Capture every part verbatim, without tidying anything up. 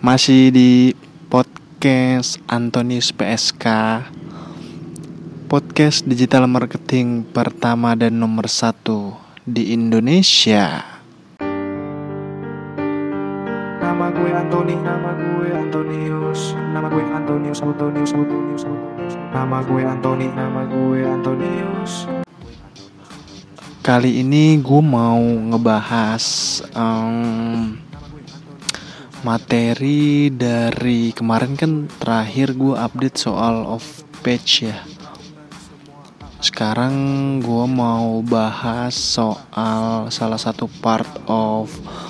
Masih di podcast Antonius P S K, podcast digital marketing pertama dan nomor satu di Indonesia. Nama gue Antoni, nama gue Antonius, nama gue Antonius, Antonius, Antonius, Antonius. Nama gue Antoni, nama gue Antonius. Kali ini gue mau ngebahas um, materi dari kemarin. Kan terakhir gue update soal off page ya. Sekarang gue mau bahas soal salah satu part of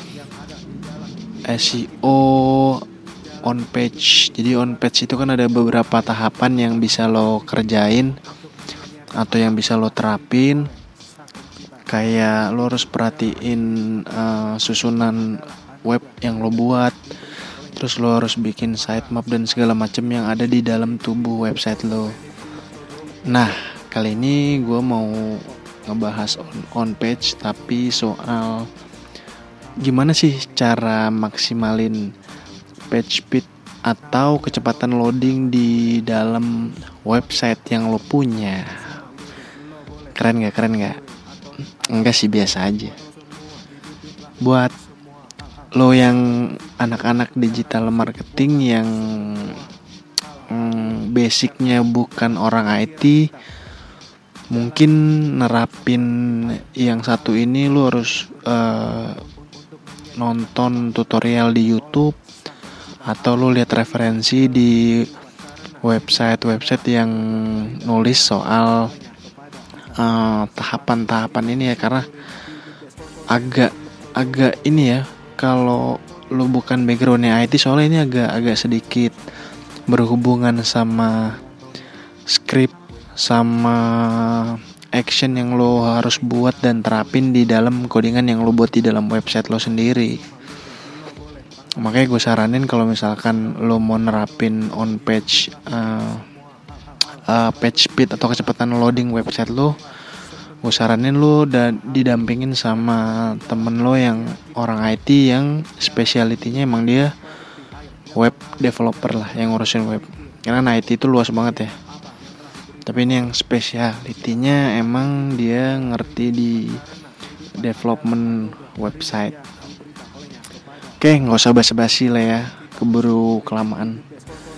S E O on page. Jadi on page itu kan ada beberapa tahapan yang bisa lo kerjain atau yang bisa lo terapin. Kayak lo harus perhatiin uh, susunan web yang lo buat, terus lo harus bikin sitemap dan segala macam yang ada di dalam tubuh website lo. Nah, kali ini gue mau ngebahas on, on page, tapi soal gimana sih cara maksimalin page speed atau kecepatan loading di dalam website yang lo punya. Keren gak? Keren gak? Enggak sih, biasa aja. Buat lo yang anak-anak digital marketing yang hmm, basicnya bukan orang I T, mungkin nerapin yang satu ini lo harus uh, nonton tutorial di YouTube atau lo lihat referensi di website-website yang nulis soal uh, tahapan-tahapan ini ya, karena agak agak ini ya, kalau lo bukan backgroundnya I T, soalnya ini agak agak sedikit berhubungan sama script, sama action yang lo harus buat dan terapin di dalam codingan yang lo buat di dalam website lo sendiri. Makanya gue saranin kalau misalkan lo mau nerapin on page uh, uh, page speed atau kecepatan loading website lo, gue saranin lo dan didampingin sama temen lo yang orang I T yang speciality-nya emang dia web developer lah, yang ngurusin web. Karena I T itu luas banget ya. Tapi ini yang speciality-nya emang dia ngerti di development website. Oke, nggak usah basa-basi lah ya, keburu kelamaan.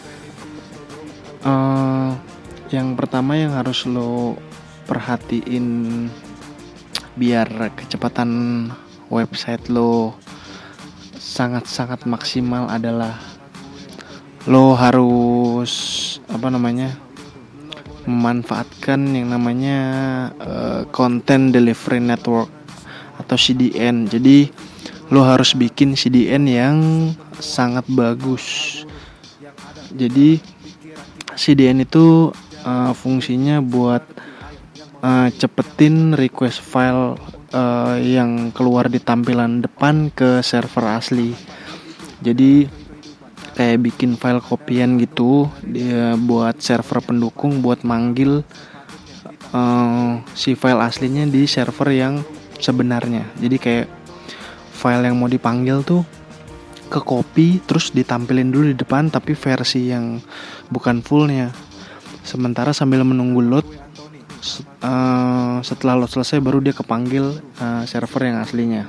Uh, yang pertama yang harus lo perhatiin biar kecepatan website lo sangat-sangat maksimal adalah lo harus apa namanya memanfaatkan yang namanya uh, Content Delivery Network atau C D N. Jadi lo harus bikin C D N yang sangat bagus. Jadi C D N itu uh, fungsinya buat uh, cepetin request file uh, yang keluar di tampilan depan ke server asli. Jadi kayak bikin file kopian gitu dia buat server pendukung buat manggil uh, si file aslinya di server yang sebenarnya. Jadi kayak file yang mau dipanggil tuh ke copy terus ditampilin dulu di depan, tapi versi yang bukan fullnya. Sementara sambil menunggu load, uh, setelah load selesai baru dia kepanggil uh, server yang aslinya.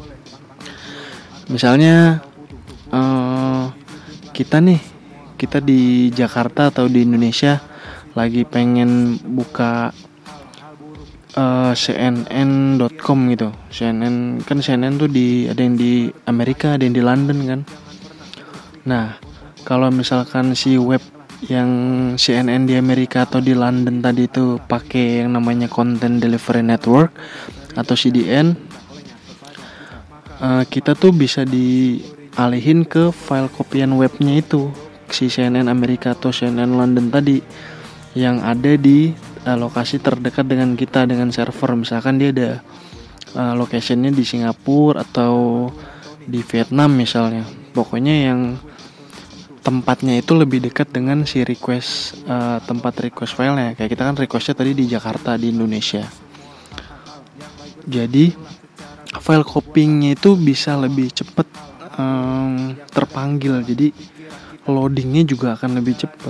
Misalnya uh, kita nih, kita di Jakarta atau di Indonesia lagi pengen buka uh, C N N dot com gitu. C N N kan C N N tuh di ada yang di Amerika, ada yang di London kan. Nah, kalau misalkan si web yang C N N di Amerika atau di London tadi itu pakai yang namanya Content Delivery Network atau C D N, uh, kita tuh bisa di alihin ke file kopian webnya itu, si C N N Amerika atau C N N London tadi yang ada di uh, lokasi terdekat dengan kita, dengan server. Misalkan dia ada uh, locationnya di Singapura atau di Vietnam misalnya. Pokoknya yang tempatnya itu lebih dekat dengan si request uh, tempat request filenya. Kayak kita kan requestnya tadi di Jakarta di Indonesia. Jadi file copyingnya itu bisa lebih cepat um, terpanggil, jadi loadingnya juga akan lebih cepat.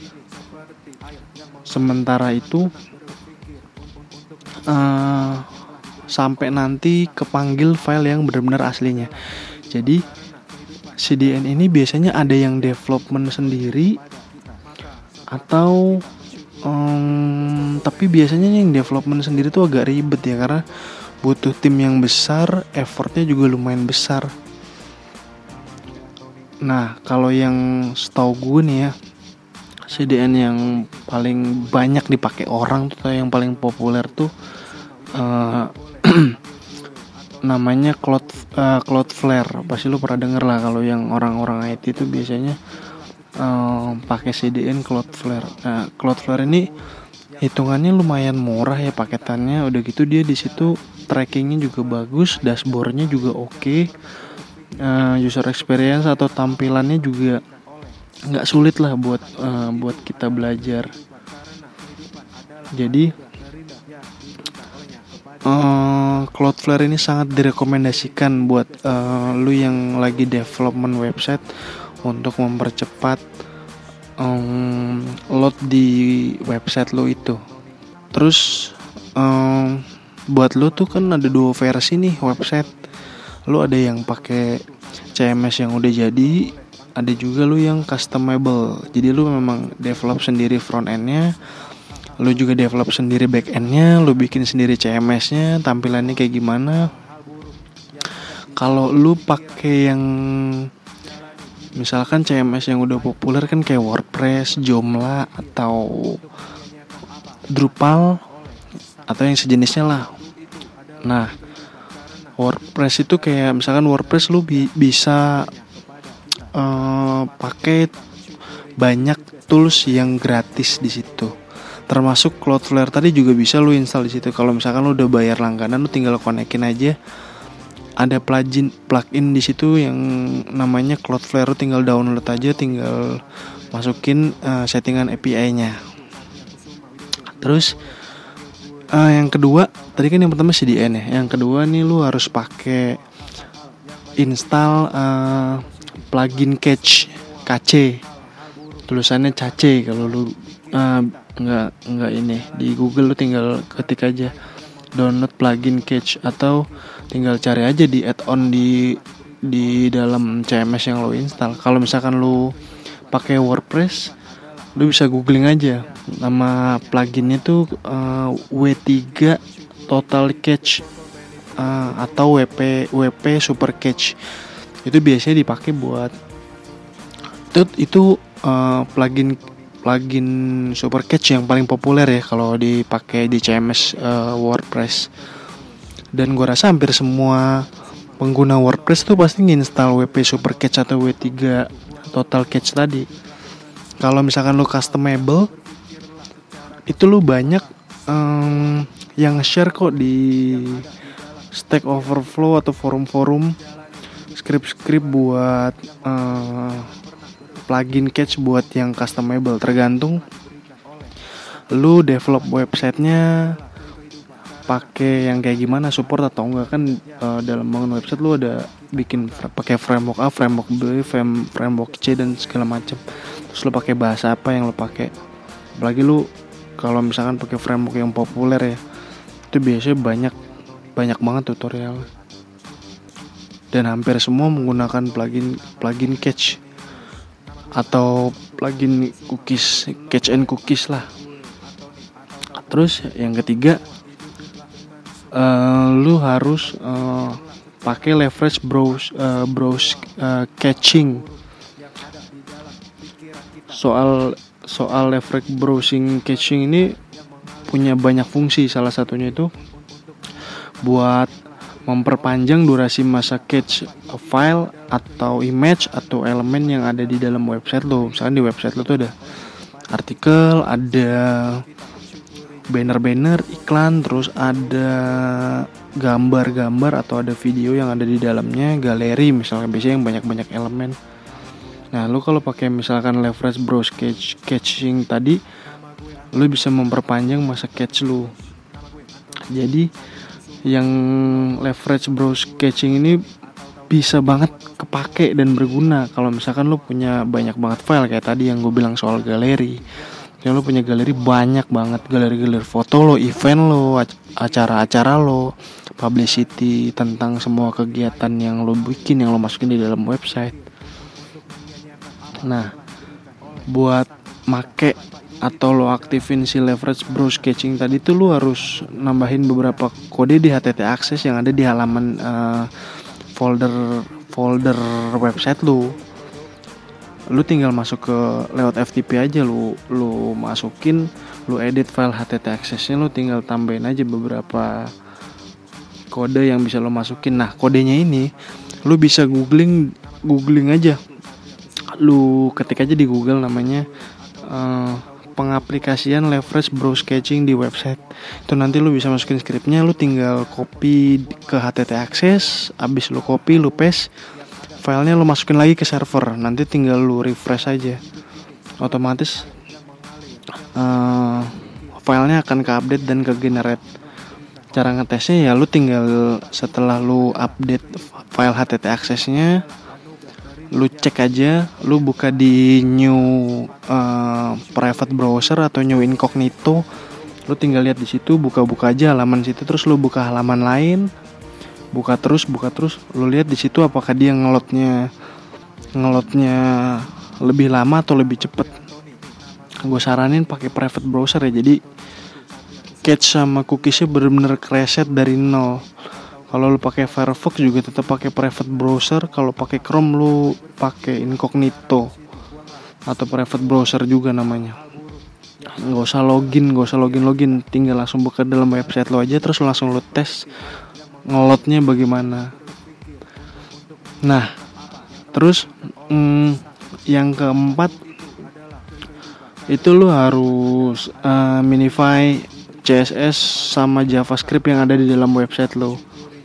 Sementara itu uh, sampai nanti kepanggil file yang benar-benar aslinya. Jadi C D N ini biasanya ada yang development sendiri atau um, tapi biasanya yang development sendiri tuh agak ribet ya, karena butuh tim yang besar, effortnya juga lumayan besar. Nah, kalau yang setahu gue nih ya, C D N yang paling banyak dipakai orang tuh, yang paling populer tuh uh, namanya Cloud uh, Cloudflare. Pasti lu pernah denger lah, kalau yang orang-orang I T itu biasanya uh, pakai C D N Cloudflare. Nah, Cloudflare ini hitungannya lumayan murah ya paketannya. Udah gitu dia di situ trackingnya juga bagus, dashboardnya juga oke. Okay. Uh, user experience atau tampilannya juga nggak sulit lah buat uh, buat kita belajar. Jadi uh, Cloudflare ini sangat direkomendasikan buat uh, lu yang lagi development website untuk mempercepat um, load di website lu itu. Terus um, buat lu tuh kan ada dua versi nih website. Lu ada yang pakai C M S yang udah jadi, ada juga lu yang customable. Jadi lu memang develop sendiri front end-nya, lu juga develop sendiri back end-nya, lu bikin sendiri C M S-nya, tampilannya kayak gimana. Kalau lu pakai yang misalkan C M S yang udah populer kan kayak WordPress, Joomla atau Drupal atau yang sejenisnya lah. Nah, WordPress itu kayak misalkan WordPress lu bi- bisa uh, pakai banyak tools yang gratis di situ. Termasuk Cloudflare tadi juga bisa lu install di situ. Kalau misalkan lu udah bayar langganan, lu tinggal konekin aja. Ada plugin plugin di situ yang namanya Cloudflare, lu tinggal download aja, tinggal masukin uh, settingan A P I-nya. Terus Uh, yang kedua, tadi kan yang pertama C D N ya. Yang kedua nih lu harus pakai install uh, plugin Cache, Cache. Tulisannya Cache kalau lu uh, enggak enggak ini di Google, lu tinggal ketik aja download plugin Cache atau tinggal cari aja di add-on di di dalam C M S yang lu install. Kalau misalkan lu pakai WordPress, lu bisa googling aja nama pluginnya tuh uh, W tiga Total Cache uh, atau W P W P Super Cache. Itu biasanya dipakai buat itu itu uh, plugin plugin Super Cache yang paling populer ya kalau dipakai di C M S uh, WordPress. Dan gua rasa hampir semua pengguna WordPress tuh pasti nginstal W P Super Cache atau W tiga Total Cache tadi. Kalau misalkan lu customable, itu lu banyak um, yang share kok di Stack Overflow atau forum-forum script-script buat uh, plugin Cache buat yang customable. Tergantung lu develop websitenya pakai yang kayak gimana, support atau enggak kan. Uh, dalam bangun website lu ada bikin pakai framework A, framework B, framework C dan segala macam. Terus lu pakai bahasa apa yang lu pakai. Apalagi lu kalau misalkan pakai framework yang populer ya, itu biasanya banyak banyak banget tutorial. Dan hampir semua menggunakan plugin plugin Cache atau plugin cookies, Cache and cookies lah. Terus yang ketiga, uh, lu harus uh, pakai leverage browse uh, browse uh, caching. Soal soal leverage browsing caching ini punya banyak fungsi. Salah satunya itu buat memperpanjang durasi masa cache file atau image atau elemen yang ada di dalam website lo. Misalkan di website lo tuh ada artikel, ada banner-banner, iklan, terus ada gambar-gambar atau ada video yang ada di dalamnya, galeri misalnya, biasanya yang banyak-banyak elemen. Nah, lu kalau pakai misalkan leverage browse cache, caching tadi, lu bisa memperpanjang masa cache lu. Jadi yang leverage browse caching ini bisa banget kepake dan berguna kalau misalkan lu punya banyak banget file kayak tadi yang gue bilang soal galeri. Yang lu punya galeri banyak banget, galeri-galeri foto lo, event lo, acara-acara lo, publicity tentang semua kegiatan yang lo bikin, yang lo masukin di dalam website. Nah, buat make atau lo aktifin si leverage browse caching tadi tuh lo harus nambahin beberapa kode di H T T access yang ada di halaman uh, folder folder website lu. Lu tinggal masuk ke lewat F T P aja, lu lu masukin, lu edit file H T T access-nya, lu tinggal tambahin aja beberapa kode yang bisa lu masukin. Nah, kodenya ini lu bisa googling googling aja. Lu ketik aja di Google namanya uh, pengaplikasian leverage browse caching di website. Itu nanti lu bisa masukin scriptnya, lu tinggal copy ke H T T access, abis lu copy, lu paste, filenya lu masukin lagi ke server. Nanti tinggal lu refresh aja, otomatis uh, filenya akan ke-update dan ke-generate. Cara ngetesnya ya lu tinggal setelah lu update file H T T access-nya, lu cek aja, lu buka di new uh, private browser atau new incognito, lu tinggal lihat di situ, buka-buka aja halaman situ, terus lu buka halaman lain, buka terus, buka terus, lu lihat di situ apakah dia ngelotnya ngelotnya lebih lama atau lebih cepet. Gue saranin pakai private browser ya, jadi cache sama cookiesnya bener-bener reset dari nol. Kalau lu pakai Firefox juga tetap pakai private browser. Kalau pakai Chrome lu pakai incognito atau private browser juga namanya. Nggak usah login, nggak usah login login, tinggal langsung buka dalam website lo aja, terus langsung lu tes ngelotnya bagaimana. Nah, terus hmm, yang keempat itu lu harus uh, minify C S S sama JavaScript yang ada di dalam website lo.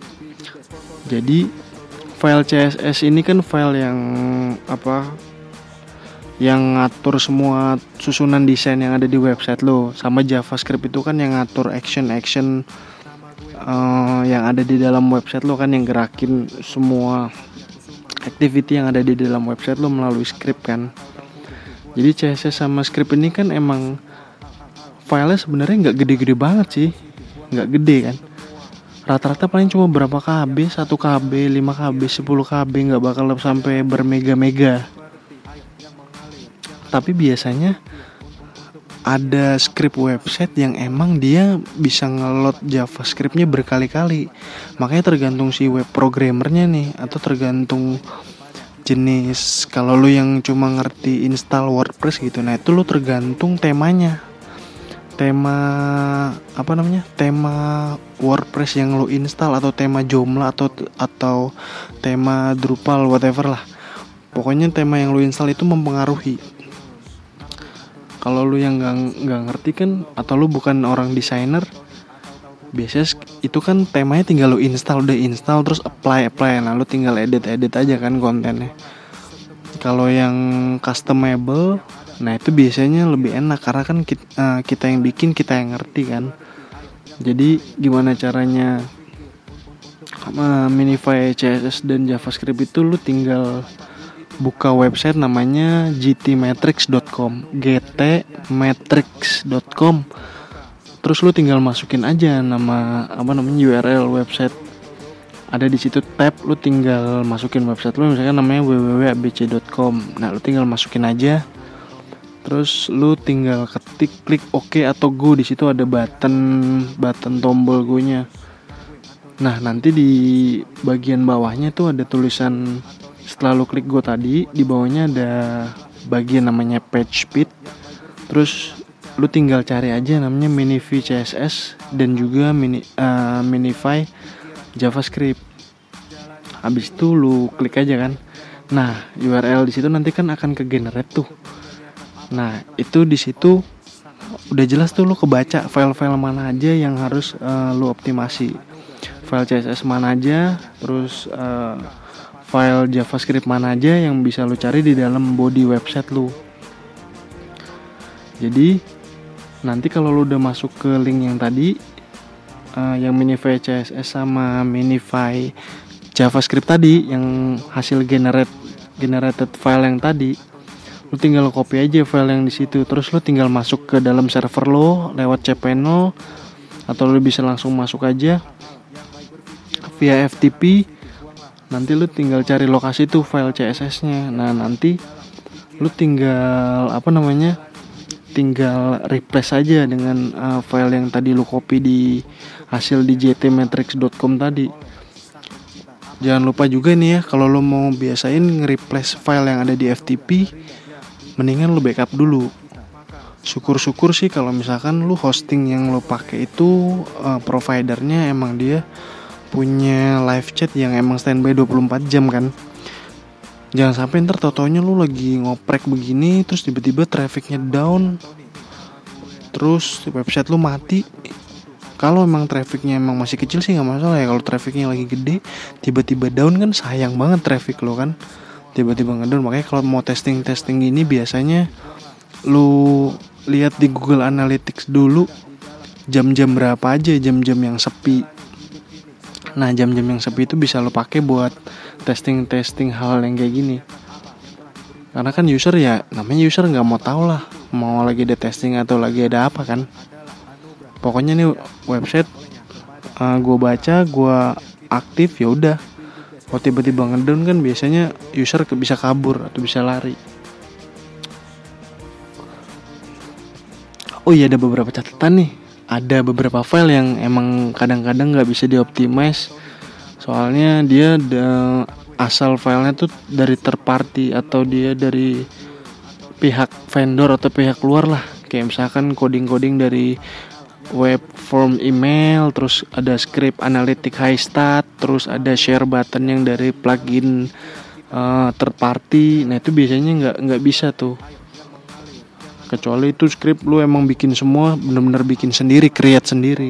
Jadi file C S S ini kan file yang apa? Yang ngatur semua susunan desain yang ada di website lo. Sama JavaScript itu kan yang ngatur action-action uh, yang ada di dalam website lo, kan yang gerakin semua activity yang ada di dalam website lo melalui script kan. Jadi C S S sama script ini kan emang filenya sebenarnya nggak gede-gede banget sih, nggak gede kan. Rata-rata paling cuma berapa K B, satu K B, lima K B, sepuluh K B, nggak bakal sampai bermega-mega. Tapi biasanya ada script website yang emang dia bisa ngelot JavaScript-nya berkali-kali. Makanya tergantung si web programmernya nih, atau tergantung jenis. Kalau lu yang cuma ngerti install WordPress gitu, nah itu lu tergantung temanya. Tema apa namanya? Tema WordPress yang lu install, atau tema Joomla, atau atau tema Drupal, whatever lah. Pokoknya tema yang lu install itu mempengaruhi. Kalau lu yang nggak nggak ngerti kan, atau lu bukan orang desainer, biasanya itu kan temanya tinggal lu install, udah install terus apply apply. Nah lu tinggal edit edit aja kan kontennya. Kalau yang customable, nah itu biasanya lebih enak karena kan kita, uh, kita yang bikin, kita yang ngerti kan. Jadi gimana caranya uh, minify C S S dan JavaScript itu, lu tinggal buka website namanya g t matrix dot com, g t matrix dot com. Terus lu tinggal masukin aja nama apa namanya U R L website. Ada di situ tab, lu tinggal masukin website lu, misalkan namanya w w w dot a b c dot com. Nah, lu tinggal masukin aja. Terus lu tinggal ketik, klik OK atau go. Di situ ada button button tombol go-nya. Nah, nanti di bagian bawahnya tuh ada tulisan, setelah lu klik go tadi, di bawahnya ada bagian namanya page speed. Terus lu tinggal cari aja namanya minify C S S dan juga mini, uh, minify JavaScript. Habis itu lu klik aja kan. Nah, U R L di situ nanti kan akan ke generate tuh. Nah, itu di situ udah jelas tuh lu kebaca file-file mana aja yang harus uh, lu optimasi. File C S S mana aja, terus uh, file JavaScript mana aja yang bisa lu cari di dalam body website lu. Jadi nanti kalau lu udah masuk ke link yang tadi, uh, yang minify C S S sama minify JavaScript tadi yang hasil generate generated file yang tadi, lu tinggal copy aja file yang di situ, terus lu tinggal masuk ke dalam server lo lewat cPanel, atau lu bisa langsung masuk aja via F T P. Nanti lu tinggal cari lokasi tuh file C S S-nya. Nah, nanti lu tinggal apa namanya? tinggal replace aja dengan uh, file yang tadi lu copy di hasil di j t matrix dot com tadi. Jangan lupa juga nih ya, kalau lu mau biasain nge-replace file yang ada di F T P, mendingan lu backup dulu. Syukur-syukur sih kalau misalkan lu hosting yang lu pakai itu uh, providernya emang dia punya live chat yang emang standby dua puluh empat jam kan. Jangan sampai ntar tau-taunya lu lagi ngoprek begini, terus tiba-tiba trafficnya down, terus website lu mati. Kalau emang trafficnya emang masih kecil sih nggak masalah ya. Kalau trafficnya lagi gede, tiba-tiba down kan sayang banget traffic lo kan. Tiba-tiba ngedown. Makanya kalau mau testing-testing ini biasanya lu lihat di Google Analytics dulu jam-jam berapa aja jam-jam yang sepi. Nah, jam-jam yang sepi itu bisa lo pakai buat testing-testing hal yang kayak gini. Karena kan user ya, namanya user nggak mau tahu lah, mau lagi ada testing atau lagi ada apa kan. Pokoknya nih website uh, gue baca, gue aktif, ya udah. Kalau tiba-tiba ngedown kan biasanya user bisa kabur atau bisa lari. Oh iya, ada beberapa catatan nih. Ada beberapa file yang emang kadang-kadang nggak bisa dioptimize, soalnya dia da, asal filenya tuh dari third party atau dia dari pihak vendor atau pihak luar lah. Kayak misalkan coding-coding dari web form email, terus ada script analytic high stat, terus ada share button yang dari plugin uh, third party. Nah itu biasanya nggak nggak bisa tuh. Kecuali itu script lu emang bikin semua, bener-bener bikin sendiri, create sendiri.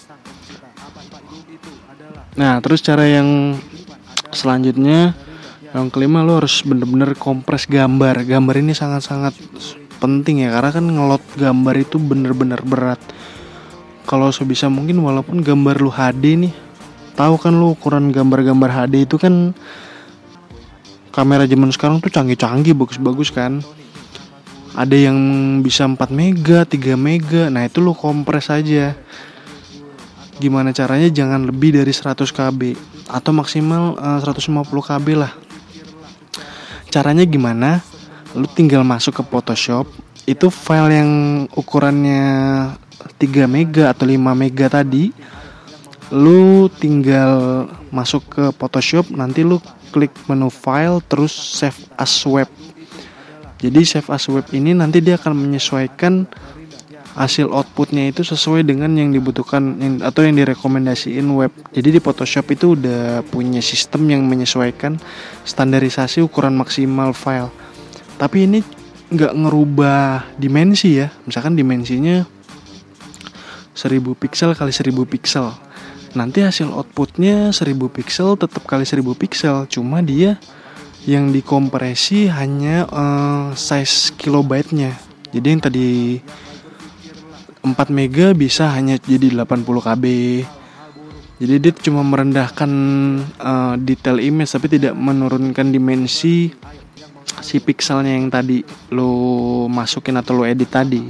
Nah, terus cara yang selanjutnya, yang kelima, lu harus bener-bener kompres gambar. Gambar ini sangat-sangat penting ya, karena kan ngelot gambar itu bener-bener berat. Kalau sebisa mungkin, walaupun gambar lu H D nih, tahu kan lu ukuran gambar-gambar H D itu kan kamera zaman sekarang tuh canggih-canggih, bagus-bagus kan. Ada yang bisa empat mega, tiga mega. Nah itu lu kompres aja. Gimana caranya jangan lebih dari seratus kilobyte atau maksimal uh, seratus lima puluh kilobyte lah. Caranya gimana? Lu tinggal masuk ke Photoshop. Itu file yang ukurannya tiga mega atau lima mega tadi, lu tinggal masuk ke Photoshop. Nanti lu klik menu file, terus save as web. Jadi save as web ini nanti dia akan menyesuaikan hasil outputnya itu sesuai dengan yang dibutuhkan yang, atau yang direkomendasiin web. Jadi di Photoshop itu udah punya sistem yang menyesuaikan standarisasi ukuran maksimal file. Tapi ini nggak ngerubah dimensi ya. Misalkan dimensinya seribu piksel kali seribu piksel. Nanti hasil outputnya seribu piksel tetap kali seribu piksel. Cuma dia yang dikompresi hanya uh, size kilobyte-nya. Jadi yang tadi empat mega bisa hanya jadi delapan puluh kilobyte. Jadi dia cuma merendahkan uh, detail image tapi tidak menurunkan dimensi si pikselnya yang tadi lo masukin atau lo edit tadi.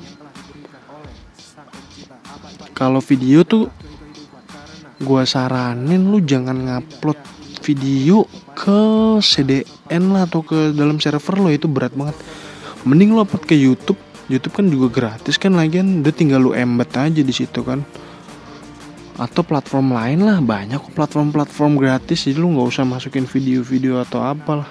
Kalau video tuh gua saranin lu jangan ngupload video ke C D N lah atau ke dalam server lo, itu berat banget. Mending lo upload ke YouTube. YouTube kan juga gratis kan, lagian udah tinggal lu embed aja di situ kan. Atau platform lain lah, banyak kok platform-platform gratis, jadi lu nggak usah masukin video-video atau apalah.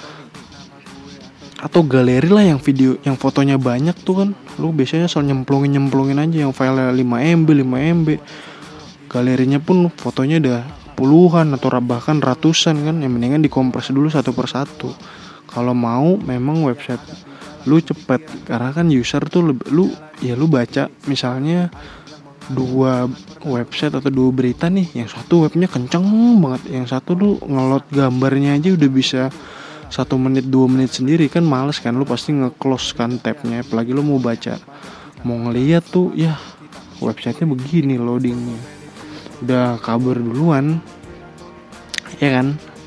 Atau galeri lah yang video, yang fotonya banyak tuh kan, lu biasanya soal nyemplungin nyemplungin aja yang file lima M B lima M B. Galerinya pun fotonya udah puluhan atau bahkan ratusan kan, yang mendingan dikompres dulu satu persatu. Kalau mau memang website lu cepet, karena kan user tuh lebih, lu ya lu baca misalnya dua website atau dua berita nih, yang satu webnya kenceng banget, yang satu lu ngelot gambarnya aja udah bisa satu menit dua menit sendiri kan, males kan, lu pasti nge-close kan tabnya, apalagi lu mau baca mau ngeliat tuh ya websitenya begini loadingnya, udah kabur duluan ya kan.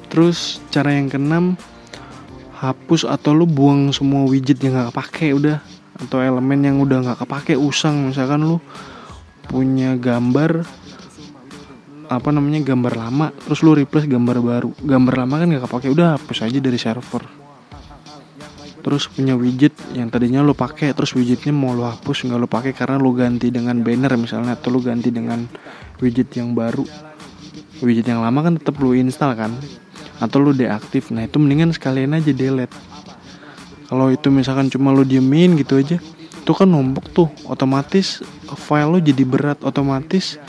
Terus cara yang keenam, hapus atau lu buang semua widget yang gak kepake udah, atau elemen yang udah gak kepake, usang. Misalkan lu punya gambar apa namanya gambar lama, terus lu replace gambar baru, gambar lama kan gak kepake, udah hapus aja dari server. Terus punya widget yang tadinya lu pakai, terus widgetnya mau lu hapus nggak lu pakai karena lu ganti dengan banner misalnya, atau lu ganti dengan widget yang baru. Widget yang lama kan tetap lu install kan, atau lu deaktif. Nah itu mendingan sekalian aja delete. Kalau itu misalkan cuma lu diemin gitu aja, itu kan numpuk tuh, otomatis file lu jadi berat, otomatis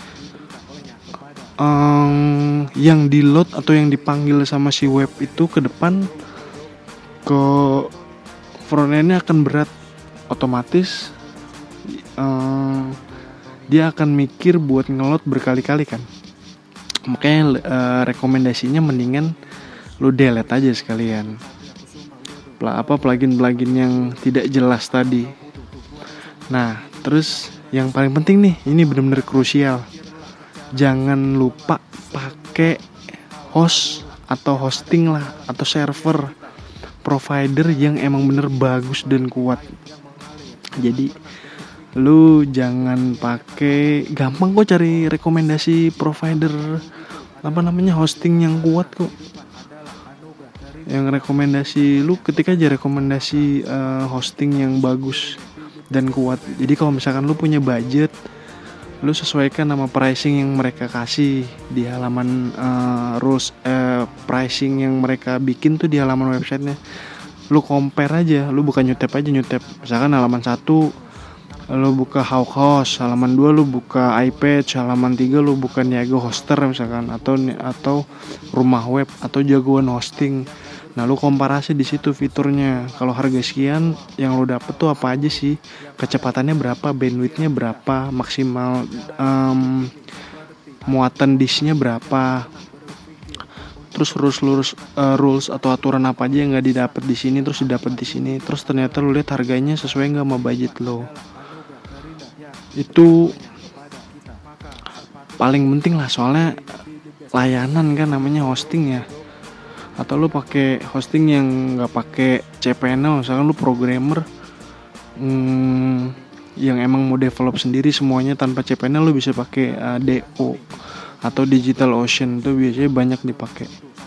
um, yang di load atau yang dipanggil sama si web itu ke depan ke frontendnya akan berat, otomatis um, dia akan mikir buat ngelot berkali-kali kan. Makanya uh, rekomendasinya mendingan lu delete aja sekalian Pla, apa plugin-plugin yang tidak jelas tadi. Nah terus yang paling penting nih, ini benar-benar krusial, jangan lupa pakai host atau hosting lah, atau server provider yang emang bener bagus dan kuat. Jadi lu jangan pakai, gampang kok cari rekomendasi provider apa namanya hosting yang kuat kok. Yang rekomendasi lu ketik aja rekomendasi uh, hosting yang bagus dan kuat. Jadi kalau misalkan lu punya budget, lu sesuaikan sama pricing yang mereka kasih di halaman uh, rules uh, pricing yang mereka bikin tuh di halaman websitenya. Lu compare aja, lu bukan nyutep aja nyutep. Misalkan halaman satu lu buka Hawk Host, halaman dua lu buka iPage, halaman tiga lu buka Niaga Hoster misalkan, atau atau Rumah Web atau Jagoan Hosting. Nah lu komparasi di situ fiturnya. Kalau harga sekian yang lu dapet tuh apa aja sih, kecepatannya berapa, bandwidthnya berapa, maksimal um, muatan disknya berapa, terus rules rules uh, rules atau aturan apa aja yang nggak didapat di sini terus didapat di sini. Terus ternyata lu lihat harganya sesuai nggak sama budget lo. Itu paling penting lah, soalnya layanan kan namanya hosting ya. Atau lu pakai hosting yang nggak pakai cPanel, misalkan lu programmer hmm, yang emang mau develop sendiri semuanya tanpa cPanel, lu bisa pakai uh, D O atau DigitalOcean, tuh biasanya banyak dipakai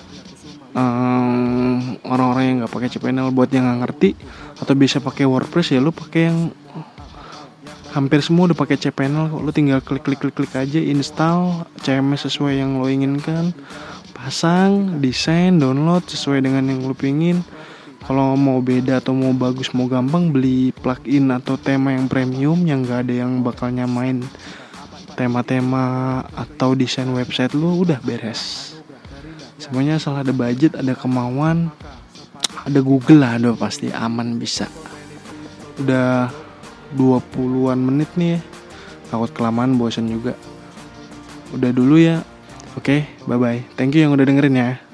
um, orang-orang yang nggak pakai cPanel. Buat yang nggak ngerti atau bisa pakai WordPress, ya lu pakai yang hampir semua udah pakai cPanel kok. Lu tinggal klik klik klik klik aja, install C M S sesuai yang lo inginkan, pasang, desain, download sesuai dengan yang lu pingin. Kalau mau beda atau mau bagus, mau gampang, beli plugin atau tema yang premium yang gak ada yang bakal nyamain tema-tema atau desain website lu, udah beres. Semuanya asal ada budget, ada kemauan, ada Google lah, udah pasti aman bisa. Udah dua puluhan menit nih ya, takut kelamaan bosan juga. Udah dulu ya. Oke, okay, bye-bye. Thank you yang udah dengerin ya.